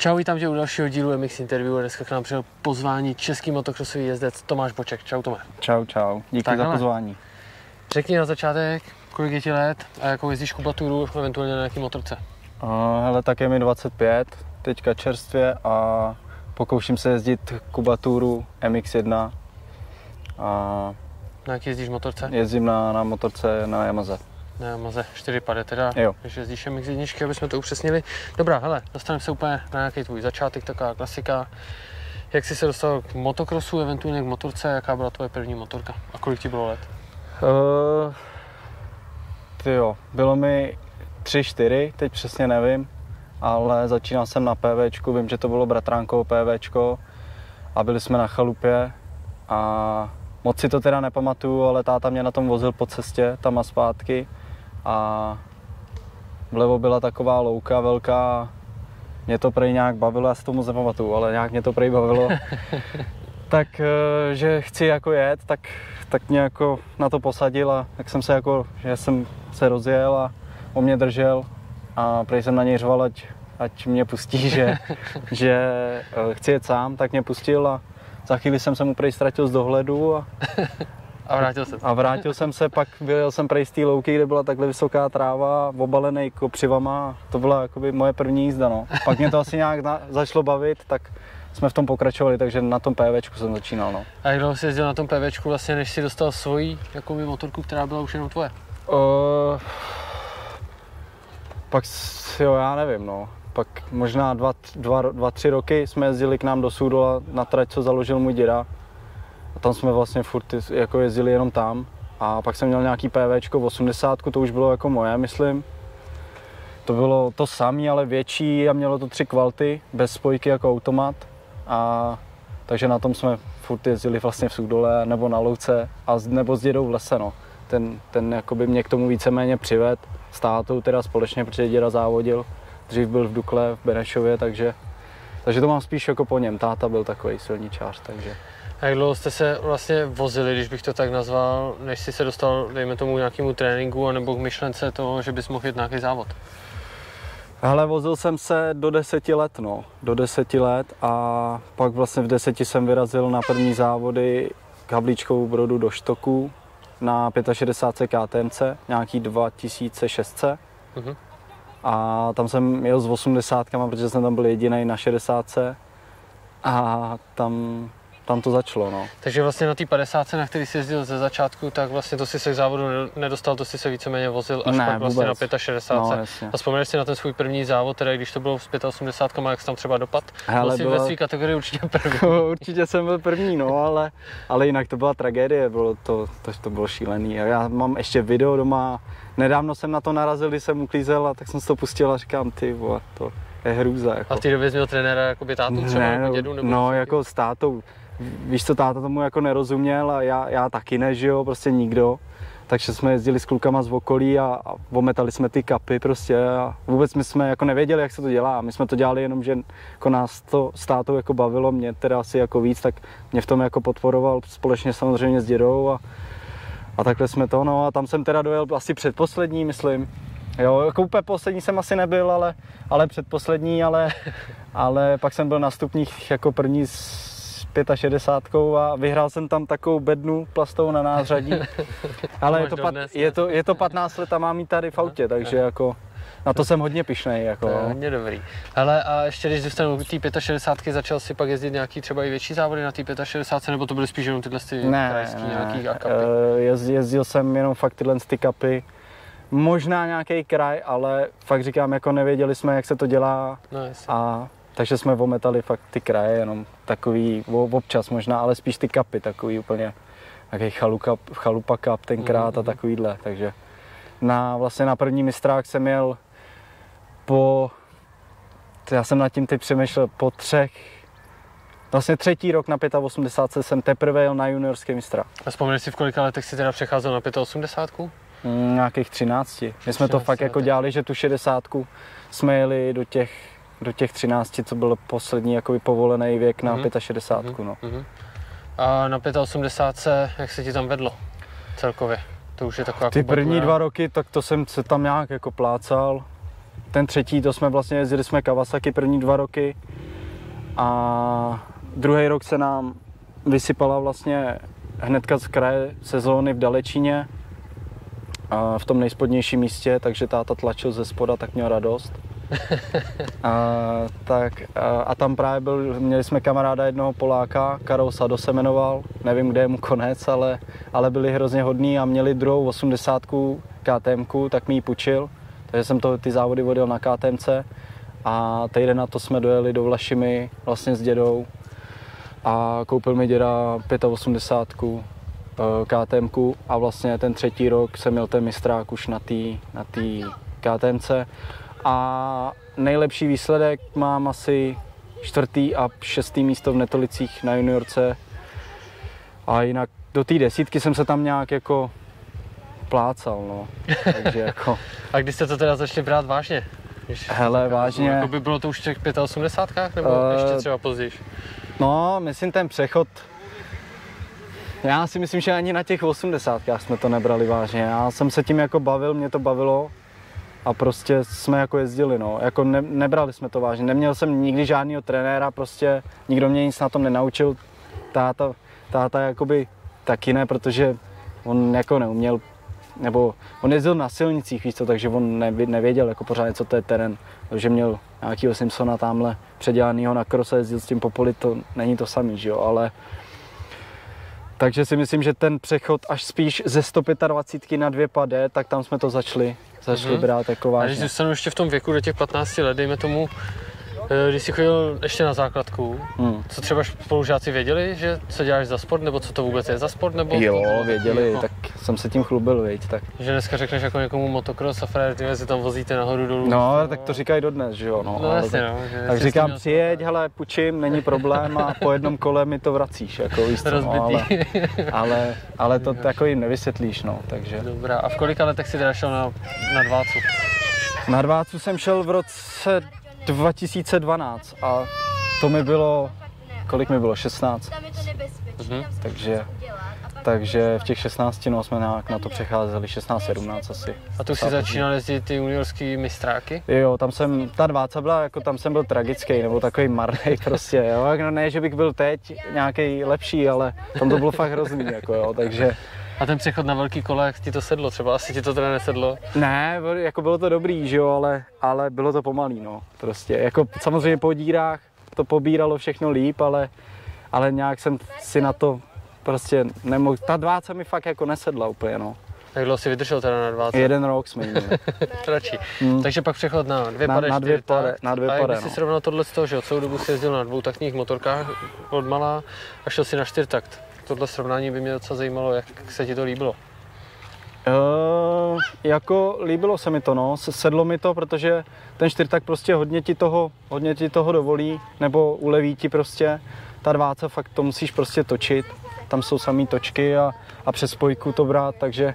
Čau, vítám tě u dalšího dílu MX Interview. Dneska k nám přijel pozvání český motokrosový jezdec Tomáš Boček. Čau, Tome. Čau, díky za pozvání. Řekni na začátek, kolik je ti let a jakou jezdíš kubaturu, eventuálně na jaký motorce? Hele, tak je mi 25, teďka čerstvě a pokouším se jezdit kubaturu MX1. Na jaký jezdíš motorce? Jezdím na motorce na Yamaze. Na Yamaze 4pady teda, jo. Když jezdíš MX1, aby jsme to upřesnili. Dobrá, hele, dostaneme se úplně na nějaký tvůj začátek, taková klasika. Jak jsi se dostal k motokrosu, eventuálně k motorce, jaká byla tvoje první motorka a kolik ti bylo let? Bylo mi 3-4, teď přesně nevím, ale začínal jsem na PVčku, vím, že to bylo bratránkovo PVčko a byli jsme na chalupě a moc si to teda nepamatuju, ale táta mě na tom vozil po cestě tam a zpátky a vlevo byla taková louka velká, mě to prej nějak bavilo, já si to moc nepamatuju, ale nějak mě to prej bavilo, tak že chci jako jet, tak mě jako na to posadil a tak jsem se jako, že jsem se rozjel a on mě držel a prej jsem na něj řval, ať mě pustí, že chci jet sám, tak mě pustil a za chvíli jsem se mu prej ztratil z dohledu a vrátil jsem se, pak vyjel jsem prej z té louky, kde byla takhle vysoká tráva, obalený kopřivama, to byla jakoby moje první jízda, no. Pak mě to asi nějak začalo bavit, tak jsme v tom pokračovali, takže na tom PVčku jsem začínal, no. A jak dlouho jsi jezdil na tom PVčku vlastně, než jsi dostal svoji jakoby motorku, která byla už jenom tvoje? Pak já nevím, no. Pak možná 2-3 roky jsme jezdili k nám do Sudola na trať, co založil můj děda. A tam jsme vlastně furt jako jezdili jenom tam. A pak jsem měl nějaký PVčko 80, to už bylo jako moje, myslím. To bylo to samé, ale větší a mělo to 3 kvalty, bez spojky jako automat. Takže na tom jsme furt jezdili vlastně v Sudole nebo na louce nebo s dědou v lese, no. Ten jakoby mě k tomu víceméně přived s tátou teda společně, protože děda závodil. Dřív byl v Dukle v Benešově, takže to mám spíš jako po něm. Táta byl takový silničář, takže. A jak dlouho jste se vlastně vozili, když bych to tak nazval, než jsi se dostal, dejme tomu, nějakému tréninku anebo k myšlence toho, že bys mohl jít nějaký závod? Hele, vozil jsem se do 10 let, no. Do 10 let a pak vlastně v 10 jsem vyrazil na první závody k Havlíčkovu Brodu do Štoků na 65 KTMC, nějaký 2600. A tam jsem jel s 80, protože jsem tam byl jedinej na 60 a tam to začalo, no. Takže vlastně na té 50, na který jsi jezdil ze začátku, tak vlastně to si se k závodu nedostal, to si se víceméně vozil až pak vlastně vůbec. Na 65. No, a vzpomeneš si na ten svůj první závod, teda když to bylo s 85, jak jsi tam třeba dopad? Byl jsi ve své kategorii určitě první. Určitě jsem byl první, no, ale jinak to byla tragédie, to bylo šílený. Já mám ještě video doma, nedávno jsem na to narazil, když jsem uklízel a tak jsem si to pustil a říkám, ty vole, to je hrůza. Jako. A v té době jsi měl trenéra jakoby tátu třeba, jako dědu? Nebo no, jako s tátou. Víš co, táta tomu jako nerozuměl a já taky ne, že jo, prostě nikdo. Takže jsme jezdili s klukama z okolí a ometali jsme ty kapy prostě a vůbec my jsme jako nevěděli, jak se to dělá. My jsme to dělali jenom, že jako nás to s tátou jako bavilo, mě teda asi jako víc, tak mě v tom jako podporoval společně samozřejmě s dědou a takhle jsme to, no a tam jsem teda dojel asi předposlední, myslím. Jo, jako úplně poslední jsem asi nebyl, ale předposlední, ale pak jsem byl na stupních jako první s 65 a vyhrál jsem tam takovou bednu plastovou na nářadí. Ale je to 15 let a mám ji tady v autě, takže jako na to jsem hodně pyšnej. Jako. To je hodně dobrý. Hele, a ještě když zůstanu u té 65, začal si pak jezdit nějaký třeba i větší závody na té 65, nebo to byly spíš jenom tyhle krajský nějaký akapy? Jezdil jsem jenom fakt tyhle kapy. Možná nějaký kraj, ale fakt říkám, jako nevěděli jsme, jak se to dělá. No, takže jsme ometali fakt ty kraje, jenom takový občas možná, ale spíš ty kapy, takový úplně nějaký chalupa cup tenkrát a takovýhle. Takže vlastně na první mistrák jsem jel já jsem nad tím teď přemýšlel, vlastně 3. rok na 85 jsem teprve jel na juniorský mistra. A vzpomněš si, v kolika letech jsi teda přecházel na 85? Nějakých 13. My jsme to fakt jako dělali, že tu 60 jsme jeli do těch 13, co byl poslední jakoby povolený věk na 65. No. A na 85, jak se ti tam vedlo celkově? To už je taková ty první 2 roky, tak to jsem se tam nějak jako plácal. ten třetí, to jsme vlastně jezdili jsme Kawasaki první 2 roky a druhý rok se nám vysypala vlastně hnedka z kraje sezóny v Dalečíně v tom nejspodnějším místě, takže táta tlačil ze spoda, tak měl radost. A tam právě měli jsme kamaráda jednoho Poláka, Karol Sado se jmenoval, nevím, kde je mu konec, ale byli hrozně hodní a měli druhou 80 KTM, tak mi ji půjčil, takže jsem ty závody vodil na KTMC a týden na to jsme dojeli do Vlašimi vlastně s dědou a koupil mi děda 85 KTM a vlastně ten třetí rok jsem měl ten mistrák už na té KTMC a nejlepší výsledek mám asi 4. a 6. místo v Netolicích na juniorce a jinak do té 10 jsem se tam nějak jako plácal, no. Takže jako... A když jste to teda začali brát vážně? Hele, vážně... Jako by bylo to už v těch 85 nebo ještě třeba později? No, myslím ten přechod... Já si myslím, že ani na těch 80 jsme to nebrali vážně. Já jsem se tím jako bavil, mě to bavilo a prostě jsme jako jezdili, no. Jako nebrali jsme to vážně. Neměl jsem nikdy žádnýho trenéra, prostě nikdo mě nic na tom nenaučil. Táta jakoby taky ne, protože on jako neuměl, nebo on jezdil na silnicích, víš co, takže on nevěděl jako pořádně, co to je terén. Takže měl nějakýho Simpsona tamhle předělanýho na cross a jezdil s tím po poli, to není to samý, že jo, ale... Takže si myslím, že ten přechod až spíš ze 125 na 2 tak tam jsme to začali brát jako vážně. A když zůstanu ještě v tom věku do těch 15 let, dejme tomu, když jsi chodil ještě na základku, co třeba spolužáci věděli, že co děláš za sport, nebo co to vůbec je za sport, nebo? Jo, věděli, jako... tak jsem se tím chlubil, viď, tak. Že dneska řekneš jako někomu motocross a frajer, ty si tam vozíte nahoru dolů. No, tak to říkají dodnes, že jo, no. Jasně, tak, no, tak říkám, přijeď, hele, půjčím, není problém a po jednom kole mi to vracíš, jako víš co, no, ale to jako jim nevysvětlíš, no, takže. Dobrá, a v kolika letech si teda šel na dvácu? Na dvácu jsem šel v roce 2012 a to mi bylo, kolik mi bylo, 16. Takže v těch 16 no, jsme na to přecházeli, 16-17 asi. A tu si začínal jezdit ty juniorský mistráky? Jo, ta dváca byla, jako tam jsem byl tragický, nebo takový marnej prostě, jo. No, ne, že bych byl teď nějaký lepší, ale tam to bylo fakt hrozný, jako jo, takže... A ten přechod na velký kole, jak ti to sedlo třeba? Asi ti to teda nesedlo? Ne, jako bylo to dobrý, že jo, ale bylo to pomalý, no, prostě. Jako samozřejmě po dírách to pobíralo všechno líp, ale nějak jsem si na to prostě nemohl. Ta dváca mi fakt jako nesedla úplně, no. Jak dlouho jsi vydržel teda na dváce? 1 rok jsme měli. Radši. Takže pak přechod na 2 pade, 4 tak. Na 2 pade, pade, jak jsi srovnal tohle z toho, že celou dobu si jezdil na 2taktních motorkách od malá a šel si na 4takt. Tohle srovnání by mě docela zajímalo, jak se ti to líbilo. Jako líbilo se mi to, no. Sedlo mi to, protože ten 4takt prostě hodně ti toho dovolí, nebo uleví ti prostě. Ta dváca fakt to musíš prostě točit. Tam jsou samý točky a přes spojku to brát, takže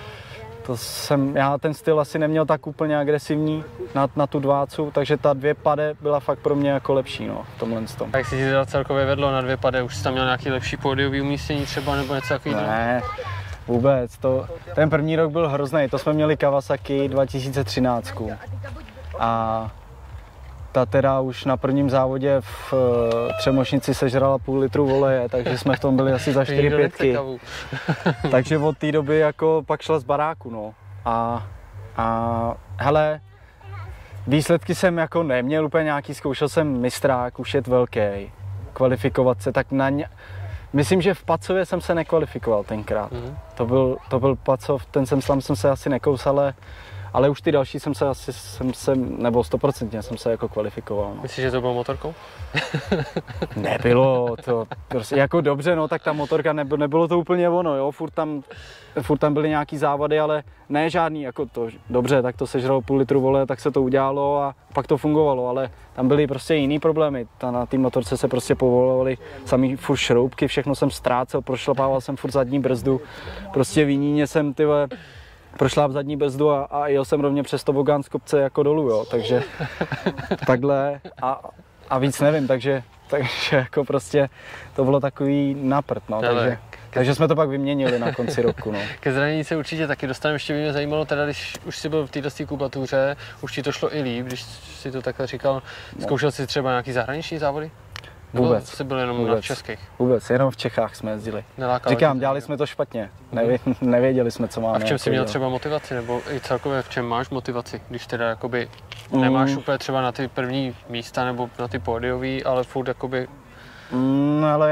já ten styl asi neměl tak úplně agresivní na tu dvácu, takže ta 2 pade byla fakt pro mě jako lepší, no, v tomhle tom. A jak si ti teda celkově vedlo na 2 pade? Už jsi tam měl nějaký lepší pódiový umístění třeba nebo něco takového? Ne, vůbec, ten první rok byl hrozný, to jsme měli Kawasaki 2013 a ta teda už na prvním závodě v Třemošnici sežrala půl litru oleje, takže jsme v tom byli asi za 4-5. Takže od té doby jako pak šla z baráku, no. A hele, výsledky jsem jako neměl úplně nějaký, zkoušel jsem mistrák, už jet velký, kvalifikovat se, tak myslím, že v Pacově jsem se nekvalifikoval tenkrát. To byl Pacov, ten jsem se asi nekousal, ale už ty další jsem se nebo 100% jsem se jako kvalifikoval. No. Myslíš, že to bylo motorkou? Nebylo to, prostě jako dobře, no, tak ta motorka nebylo to úplně ono, jo, furt tam byly nějaký závady, ale ne žádný, jako to, dobře, tak to sežralo půl litru vole, tak se to udělalo a pak to fungovalo, ale tam byly prostě jiný problémy, na té motorce se prostě povolovaly samý furt šroubky, všechno jsem ztrácel, prošlapával jsem furt zadní brzdu, prostě v Jiníně jsem, prošláp zadní brzdu a jel jsem rovně přes tobogán z kopce jako dolů, jo, takže takhle a víc nevím, takže jako prostě to bylo takový na prd, no, takže Takže jsme to pak vyměnili na konci roku. No. Ke zranění se určitě taky dostaneme, ještě by mě zajímalo, teda když už jsi byl v této kubatuře, už ti to šlo i líp, když jsi to takhle říkal, zkoušel jsi třeba nějaký zahraniční závody? Vůbec. Jsi byl jenom na českých? Vůbec, jenom v Čechách jsme jezdili. Nelákalo Říkám, dělali jsme to špatně, nevěděli jsme, co máme. A v čem jsi jako měl třeba motivaci, nebo i celkově v čem máš motivaci, když teda jakoby nemáš úplně třeba na ty první místa nebo na ty pódiový, ale furt jakoby... Ale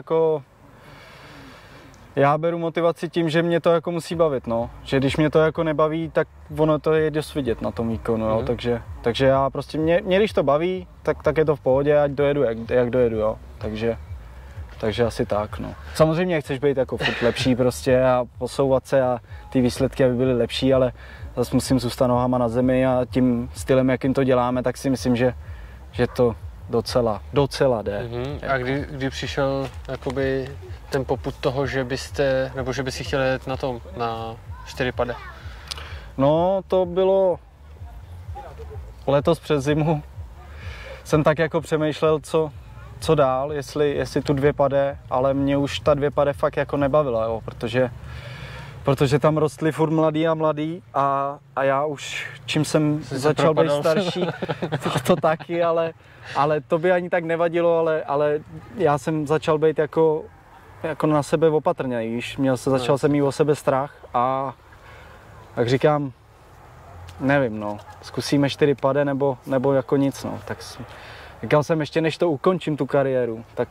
já beru motivaci tím, že mě to jako musí bavit, no. Že když mě to jako nebaví, tak ono to je dost vidět na tom výkonu, jo. Takže já prostě, mě když to baví, tak je to v pohodě, ať dojedu, jak dojedu, jo. Takže asi tak, no. Samozřejmě chceš být jako furt lepší prostě a posouvat se a ty výsledky, aby byly lepší, ale zase musím zůstat nohama na zemi a tím stylem, jakým to děláme, tak si myslím, že to docela jde. A kdy přišel jakoby ten popud toho, že byste, nebo že by si chtěl jet na 4 pade? No, to bylo letos přes zimu. Jsem tak jako přemýšlel, co dál, jestli tu 2 pade, ale mě už ta 2 pade fakt jako nebavila, jo, protože tam rostly furt mladý a já už, čím jsem začal být starší, to taky, ale to by ani tak nevadilo, ale já jsem začal být jako na sebe opatrnější, začal jsem mít o sebe strach a tak říkám, nevím, no, zkusíme 4 pade nebo jako nic, no, tak říkal jsem ještě, než to ukončím tu kariéru, tak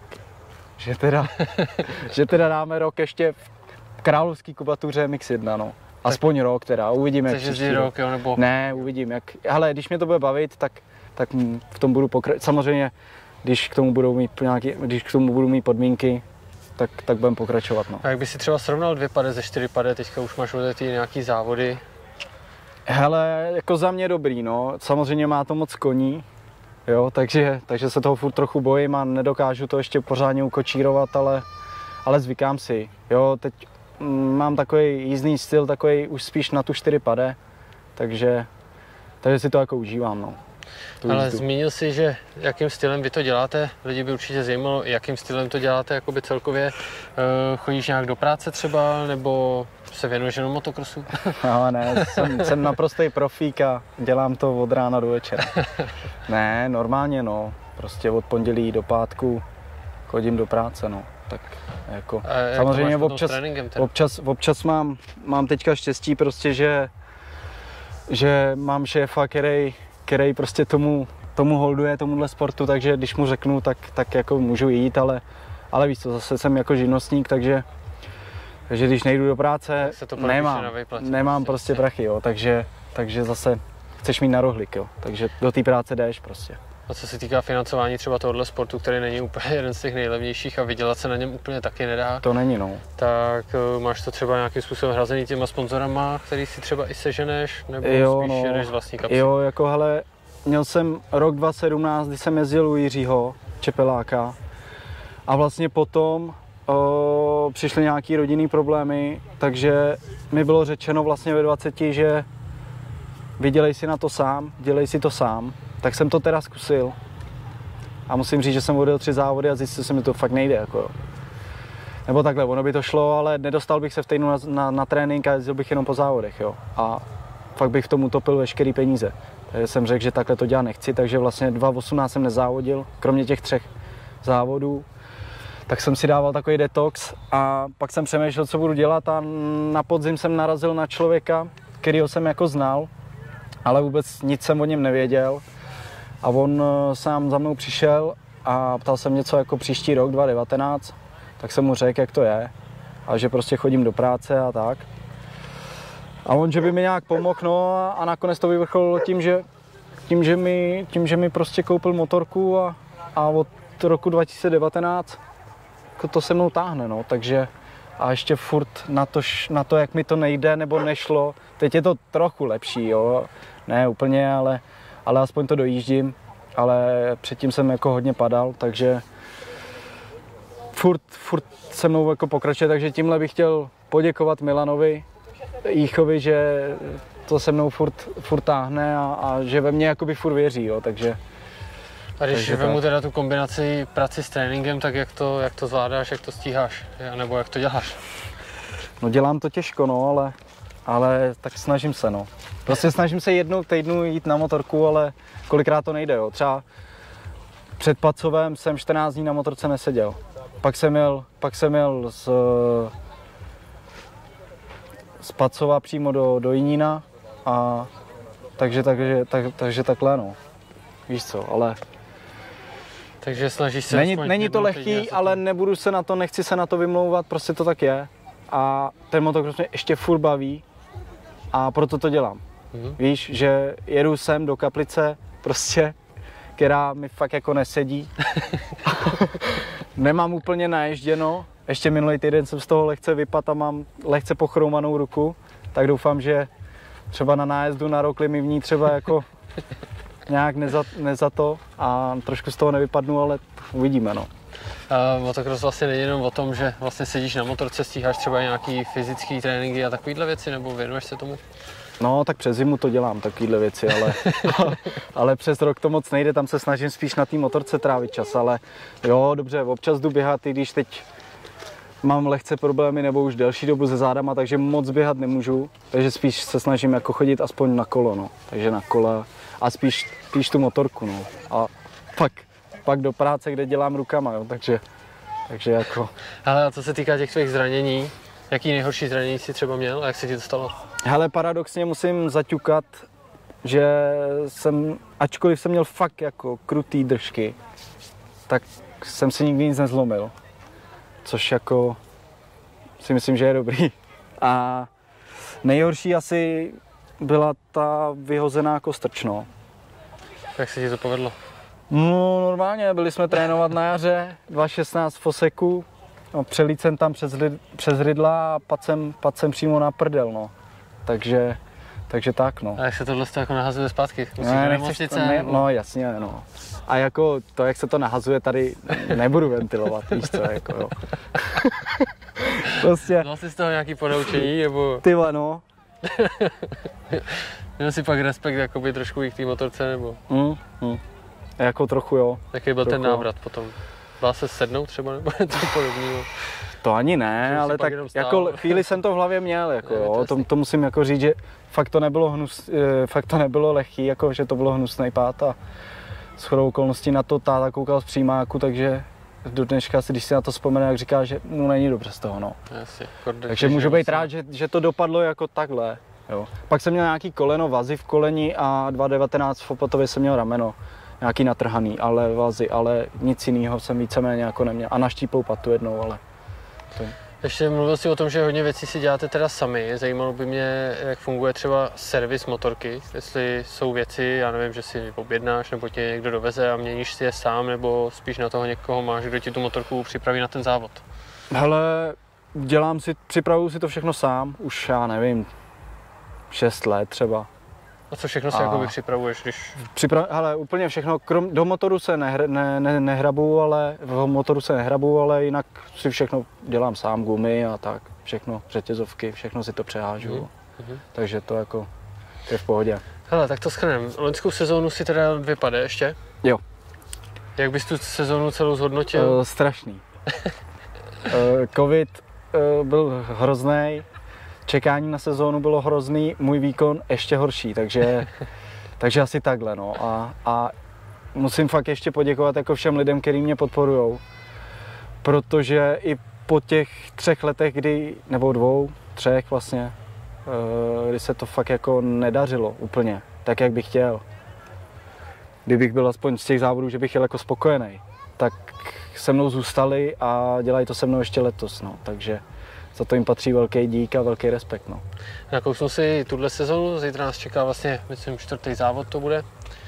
že teda dáme rok ještě v královský kubatuře Mix1, no. Aspoň rok teda, uvidíme, jak příští rok, jo, nebo... Ne, uvidím, jak, hele, když mě to bude bavit, tak v tom budu pokračovat. Samozřejmě, když k tomu budu mít podmínky, tak budeme pokračovat, no. A jak by si třeba srovnal 2 pade ze 4 pade, teďka už máš odjetý nějaký závody? Hele, jako za mě dobrý, no. Samozřejmě má to moc koní, jo, takže se toho furt trochu bojím a nedokážu to ještě pořádně ukočírovat, ale zvykám si, jo, teď mám takový jízdní styl, takový už spíš na tu 4 pade, takže si to jako užívám, no. Ale zmínil jsi, že jakým stylem vy to děláte, lidi by určitě zajímalo, jakým stylem to děláte jakoby celkově. Chodíš nějak do práce třeba, nebo se věnuješ jenom motokrosu? No ne, jsem naprostý profík a dělám to od rána do večera. Ne, normálně no, prostě od pondělí do pátku chodím do práce, no. Tak jako, samozřejmě občas mám teďka štěstí prostě, že mám šéfa, který prostě tomu holduje, tomuhle sportu, takže když mu řeknu, tak jako můžu jít, ale víš co, zase jsem jako živnostník, takže když nejdu do práce, nemám prostě prachy, jo, takže zase chceš mít na rohlík, jo, takže do té práce jdeš prostě. A co se týká financování třeba tohohle sportu, který není úplně jeden z těch nejlevnějších a vydělat se na něm úplně taky nedá. To není, no. Tak máš to třeba nějakým způsobem hrazený těma sponzorama, který si třeba i seženeš, nebo spíš jedeš z vlastní kapsy? Jo, jako hele, měl jsem rok 2017, kdy jsem jezdil u Jiřího Čepeláka a vlastně potom přišly nějaký rodinný problémy, takže mi bylo řečeno vlastně ve 20, že vydělej si na to sám, dělej si to sám. Tak jsem to teda zkusil a musím říct, že jsem odjel 3 závody a zjistil jsem, že to fakt nejde. Jako. Nebo takhle, ono by to šlo, ale nedostal bych se v týdnu na trénink a jezdil bych jenom po závodech. Jo. A fakt bych v tom utopil veškerý peníze. Takže jsem řekl, že takhle to dělat nechci, takže vlastně 2018 jsem nezávodil, kromě těch 3 závodů. Tak jsem si dával takový detox a pak jsem přemýšlel, co budu dělat a na podzim jsem narazil na člověka, kterýho jsem jako znal, ale vůbec nic jsem o něm nevěděl. A on sám za mnou přišel a ptal se mě, co jako příští rok 2019, tak jsem mu řekl, jak to je a že prostě chodím do práce a tak. A on, že by mi nějak pomohl, no a nakonec to vyvrcholilo tím, že mi prostě koupil motorku a od roku 2019 to se mnou táhne, no, takže a ještě furt na to, jak mi to nejde nebo nešlo, teď je to trochu lepší, jo, ne úplně, ale aspoň to dojíždím, ale předtím jsem jako hodně padal, takže furt se mnou jako pokračuje, takže tímhle bych chtěl poděkovat Milanovi Jíchovi, že to se mnou furt táhne a že ve mně jakoby furt věří, jo, takže A když vemu teda tu kombinaci práci s tréninkem, tak jak to zvládáš, jak to stíháš, nebo jak to děláš? No dělám to těžko, no, ale tak snažím se, no. Prostě snažím se jednou v týdnu jít na motorku, ale kolikrát to nejde, jo. Třeba před Pacovem jsem 14 dní na motorce neseděl. Pak jsem jel z Pacova přímo do Jinína a takže takhle, no. Víš co, ale... Takže snažíš se... Není to lehký, ale nechci se na to vymlouvat, prostě to tak je. A ten motocross mě ještě furt baví a proto to dělám. Víš, že jedu sem do Kaplice, prostě, která mi fakt jako nesedí. Nemám úplně naježděno, ještě minulý týden jsem z toho lehce vypadl a mám lehce pochroumanou ruku, tak doufám, že třeba na nájezdu na Rokli mi v ní třeba jako nějak nezato a trošku z toho nevypadnu, ale uvidíme, no. Motocross vlastně není jenom o tom, že vlastně sedíš na motorce, stíháš třeba nějaký fyzický tréninky a takovýhle věci, nebo věnuješ se tomu? No, tak přes zimu to dělám, takovýhle věci, ale přes rok to moc nejde, tam se snažím spíš na té motorce trávit čas, ale jo, dobře, občas jdu běhat, i když teď mám lehce problémy nebo už delší dobu se zádama, takže moc běhat nemůžu, takže spíš se snažím jako chodit aspoň na kolo, no, takže na kole a spíš tu motorku, no, a pak do práce, kde dělám rukama, jo, takže jako... Ale a co se týká těch tvých zranění, jaký nejhorší zranění jsi třeba měl a jak se ti to stalo? Hele, paradoxně musím zaťukat, že ačkoliv jsem měl fakt jako krutý držky, tak jsem si nikdy nic nezlomil, což jako si myslím, že je dobrý. A nejhorší asi byla ta vyhozená kostrč, no. Jak se ti to povedlo? No normálně, byli jsme trénovat na jaře, 2016 v Oseku, no, přelít jsem tam přes rydla a pad jsem přímo na prdel, no. Takže tak, no. A jak se tohle jako nahazuje zpátky? No jasně, no. A jako to, jak se to nahazuje, tady nebudu ventilovat, víš co, jako jo. Prostě... Měl jsi z toho nějaký ponaučení, nebo... Tyhle, no. Měl jsi pak respekt jakoby trošku i k té motorce, nebo? Jako trochu, jo. Jaký byl ten návrat potom? Dá se sednout třeba, nebo něco podobného? To ani ne, ale tak jako chvíli jsem to v hlavě měl, jako jo, to musím jako říct, že fakt to nebylo lehký, jako že to bylo hnusný pád a shodou okolností na to táta koukal z přímáku, takže do dneška si, když si na to vzpomene, jak říká, že mu není dobře z toho, no. Takže můžu být rád, že to dopadlo jako takhle, jo. Pak jsem měl nějaký koleno, vazy v koleni a 2019 v Opatově jsem měl rameno. Nějaký natrhaný, ale vazy, ale nic jiného jsem víceméně jako neměl. A naštíplou patu jednou, ale... To... Ještě mluvil jsi o tom, že hodně věcí si děláte teda sami. Zajímalo by mě, jak funguje třeba servis motorky. Jestli jsou věci, já nevím, že si objednáš, nebo tě někdo doveze a měníš si je sám, nebo spíš na toho někoho máš, kdo ti tu motorku připraví na ten závod. Hele, připravuju si to všechno sám, už já nevím, 6 let třeba. A co všechno si jakoby připravuješ, když... Hele, úplně všechno, do motoru se nehrabu, ale jinak si všechno dělám sám, gumy a tak, všechno, řetězovky, všechno si to přehážu, takže to jako je v pohodě. Hele, tak to shrnem, loňskou sezónu si teda vypadne ještě? Jo. Jak bys tu sezónu celou zhodnotil? Strašný. Covid byl hrozný. Čekání na sezónu bylo hrozný, můj výkon ještě horší, takže asi takhle, no. A musím fakt ještě poděkovat jako všem lidem, kteří mě podporujou, protože i po těch 3 letech, nebo 2, 3 vlastně, kdy se to fakt jako nedařilo úplně, tak jak bych chtěl. Kdybych byl aspoň z těch závodů, že bych jel jako spokojený, tak se mnou zůstali a dělají to se mnou ještě letos, no, takže za to jim patří velký dík a velký respekt, no. Nakousnu si tuhle sezonu, zítra nás čeká vlastně, myslím, 4. závod to bude.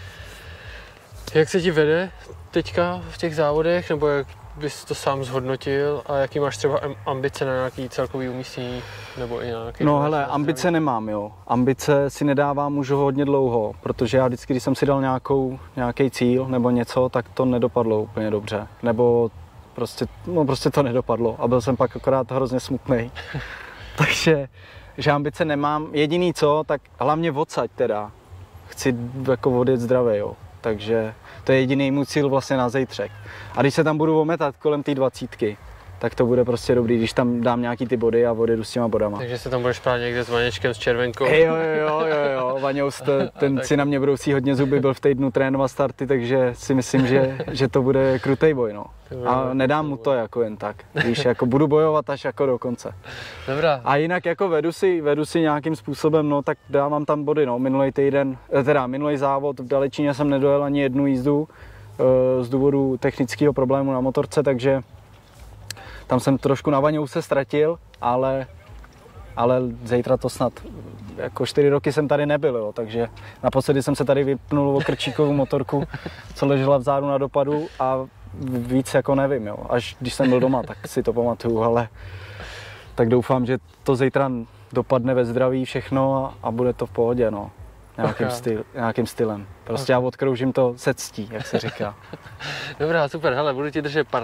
Jak se ti vede teďka v těch závodech, nebo jak bys to sám zhodnotil a jaký máš třeba ambice na nějaký celkový umístění, nebo i nějaký... No hele, ambice nemám, jo. Ambice si nedávám už hodně dlouho, protože já vždycky, když jsem si dal nějaký cíl nebo něco, tak to nedopadlo úplně dobře, nebo prostě to nedopadlo a byl jsem pak akorát hrozně smutnej. Takže že ambice nemám. Jediný co, tak hlavně odsaď teda. Chci jako odjet zdravý, jo. takže to je jediný můj cíl vlastně na zítřek. A když se tam budu ometat kolem té 20, tak to bude prostě dobrý, když tam dám nějaký ty body a odjedu s těma bodama. Takže se tam budeš prát někde s Vaněčkem, s Červenkou. Jo, Vaňous, ten si na mě brousí hodně zuby, byl v týdnu trénovat starty, takže si myslím, že to bude krutej boj, no. A nedám mu to jako jen tak, víš, jako budu bojovat až jako do konce. Dobrá. A jinak jako vedu si nějakým způsobem, no tak dávám tam body, no. Minulý závod v Dalečíně jsem nedojel ani jednu jízdu z důvodu technického problému na motorce, takže tam jsem trošku na Vaňouse ztratil, ale zítra to snad, jako 4 roky jsem tady nebyl, jo, takže naposledy jsem se tady vypnul o krčíkovou motorku, co ležela vzadu na dopadu a víc jako nevím, jo, až když jsem byl doma, tak si to pamatuju, ale tak doufám, že to zítra dopadne ve zdraví všechno a bude to v pohodě, no. Nějakým stylem. Prostě já odkroužím to se ctí, jak se říká. Dobrá, super, hele, budu ti držet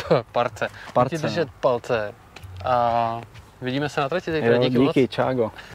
budu ti držet palce a vidíme se na trati zítra, díky moc. Díky, čágo.